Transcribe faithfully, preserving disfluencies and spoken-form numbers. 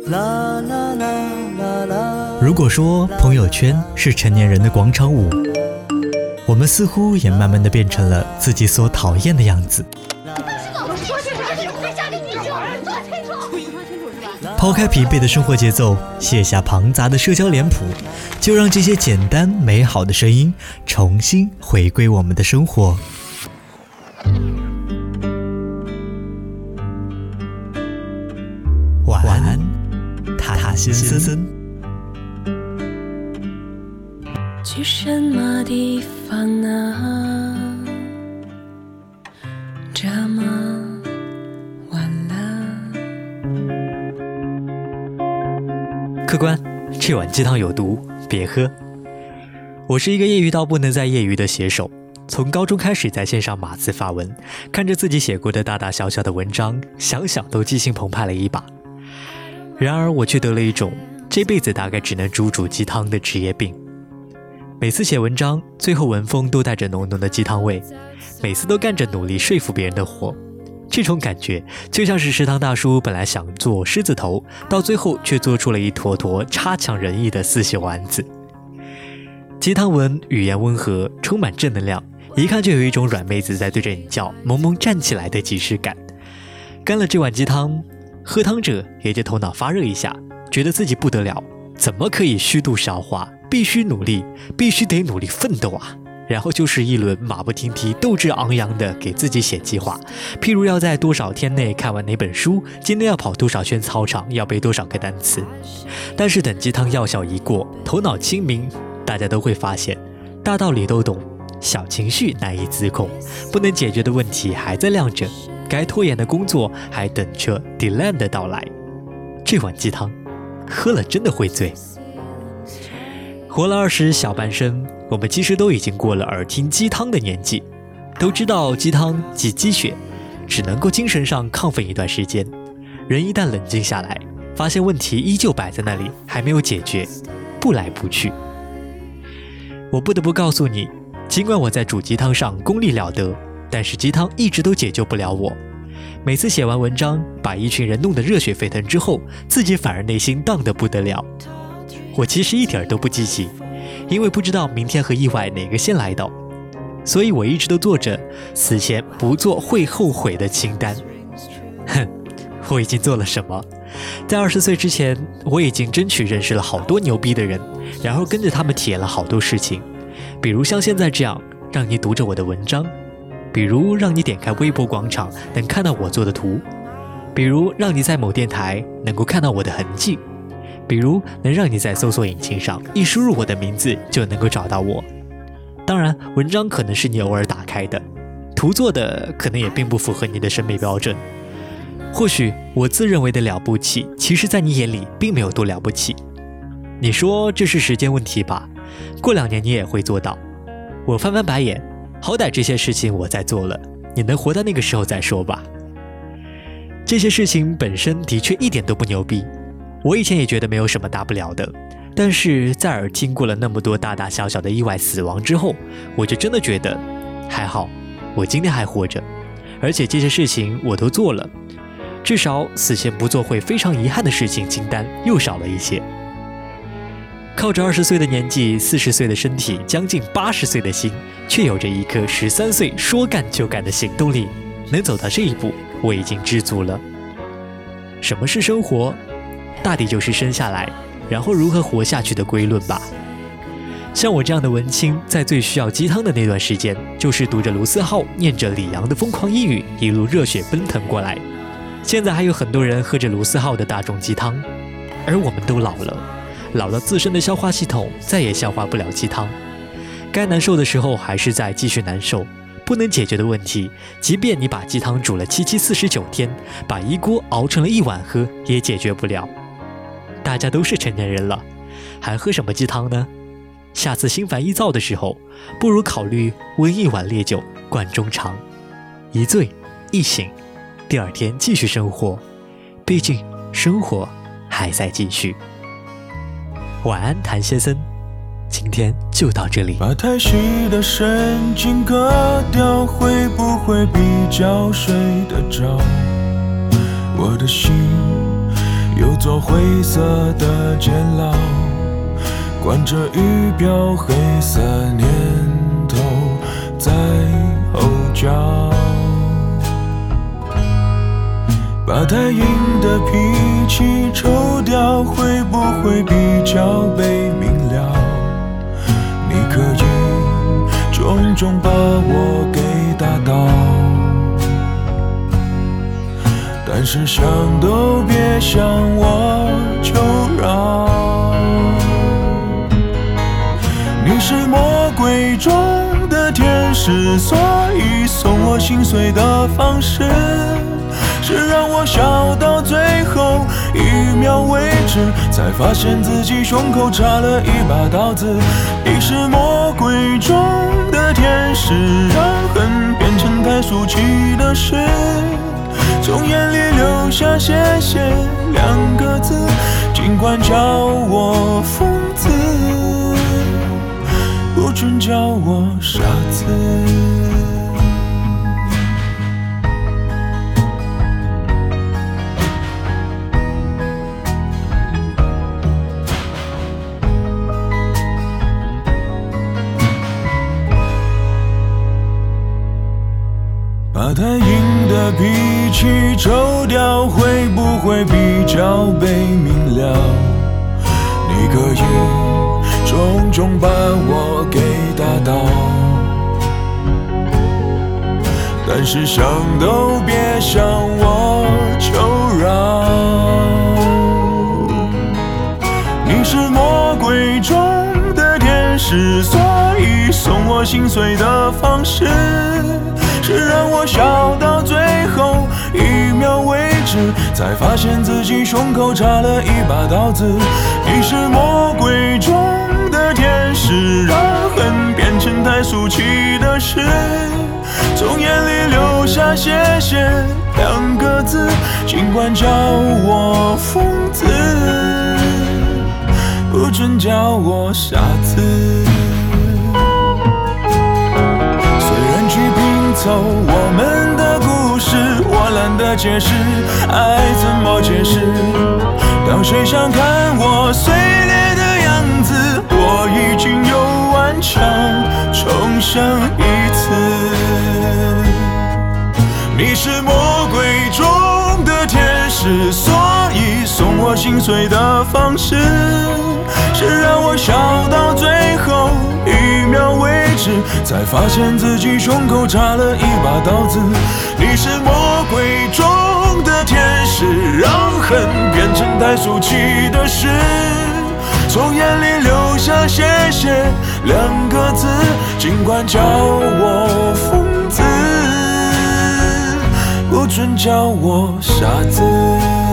如果说朋友圈是成年人的广场舞，我们似乎也慢慢的变成了自己所讨厌的样子。抛开疲惫的生活节奏，卸下庞杂的社交脸谱，就让这些简单美好的声音重新回归我们的生活。晚安，塔先生。 去什么地方啊？这么晚了。 客官，这碗鸡汤有毒，别喝。我是一个业余到不能再业余的写手，从高中开始在线上码字发文，看着自己写过的大大小小的文章，想想都激情澎湃了一把。然而我却得了一种这辈子大概只能煮煮鸡汤的职业病。每次写文章，最后文风都带着浓浓的鸡汤味，每次都干着努力说服别人的活。这种感觉就像是食堂大叔本来想做狮子头，到最后却做出了一坨坨差强人意的四喜丸子。鸡汤文语言温和，充满正能量，一看就有一种软妹子在对着你叫，萌萌站起来的即视感。干了这碗鸡汤，喝汤者也就头脑发热一下，觉得自己不得了，怎么可以虚度韶华，必须努力，必须得努力奋斗啊！然后就是一轮马不停蹄、斗志昂扬的给自己写计划，譬如要在多少天内看完哪本书，今天要跑多少圈操场，要背多少个单词。但是等鸡汤药效一过，头脑清明，大家都会发现，大道理都懂，小情绪难以自控，不能解决的问题还在晾着，该拖延的工作还等着 deadline 的到来。这碗鸡汤喝了真的会醉。活了二十小半生，我们其实都已经过了耳听鸡汤的年纪，都知道鸡汤即鸡血，只能够精神上亢奋一段时间。人一旦冷静下来，发现问题依旧摆在那里，还没有解决，不来不去。我不得不告诉你，尽管我在煮鸡汤上功力了得，但是鸡汤一直都解救不了我。每次写完文章，把一群人弄得热血沸腾之后，自己反而内心荡得不得了。我其实一点都不积极，因为不知道明天和意外哪个先来到，所以我一直都做着死前不做会后悔的清单。哼，我已经做了什么？在二十岁之前，我已经争取认识了好多牛逼的人，然后跟着他们体验了好多事情，比如像现在这样让你读着我的文章，比如让你点开微博广场能看到我做的图，比如让你在某电台能够看到我的痕迹，比如能让你在搜索引擎上一输入我的名字就能够找到我。当然，文章可能是你偶尔打开的，图做的可能也并不符合你的审美标准。或许我自认为的了不起，其实在你眼里并没有多了不起。你说这是时间问题吧？过两年你也会做到。我翻翻白眼，好歹这些事情我在做了，你能活到那个时候再说吧。这些事情本身的确一点都不牛逼，我以前也觉得没有什么大不了的，但是在耳听过了那么多大大小小的意外死亡之后，我就真的觉得还好，我今天还活着，而且这些事情我都做了，至少死前不做会非常遗憾的事情清单又少了一些。靠着二十岁的年纪，四十岁的身体，将近八十岁的心，却有着一颗十三岁说干就干的行动力，能走到这一步，我已经知足了。什么是生活？大抵就是生下来，然后如何活下去的归论吧。像我这样的文青，在最需要鸡汤的那段时间，就是读着卢思浩，念着李阳的疯狂英语，一路热血奔腾过来。现在还有很多人喝着卢思浩的大众鸡汤，而我们都老了，老到自身的消化系统再也消化不了鸡汤，该难受的时候还是在继续难受，不能解决的问题，即便你把鸡汤煮了七七四十九天，把一锅熬成了一碗喝，也解决不了。大家都是成年人了，还喝什么鸡汤呢？下次心烦意躁的时候，不如考虑温一碗烈酒灌中肠，一醉一醒，第二天继续生活，毕竟生活还在继续。晚安，谭先生，今天就到这里。 把太细的神经割掉，会不会比较睡得着？我的心有座灰色的监牢，关着仪表黑色念头在后脚，把太硬的脾气抽掉，会不会比较被明了？你可以重重把我给打倒，但是想都别想我求饶。你是魔鬼中的天使，所以送我心碎的方式是让我笑到最后一秒为止，才发现自己胸口插了一把刀子。你是魔鬼中的天使，让恨变成太俗气的事，从眼里流下谢谢两个字，尽管叫我疯子，不准叫我傻子。把太硬的脾气抽掉，会不会比较被明了？你可以重重把我给打倒，但是想都别向我求饶。你是魔鬼中的天使，所以送我心碎的方式是让我笑到最后一秒为止，才发现自己胸口插了一把刀子。你是魔鬼中的天使，让恨变成太俗气的事，从眼里流下谢谢两个字，尽管叫我疯子，不准叫我傻子。我们的故事我懒得解释，爱怎么解释？当谁想看我碎裂的样子，我已经有顽强重生一次。你是魔鬼中的天使，所以送我心碎的方式是让我笑到最后一秒为止，才发现自己胸口插了一把刀子。你是魔鬼中的天使，让恨变成太俗气的事，从眼里流下谢谢两个字，尽管叫我疯子，不准叫我傻子。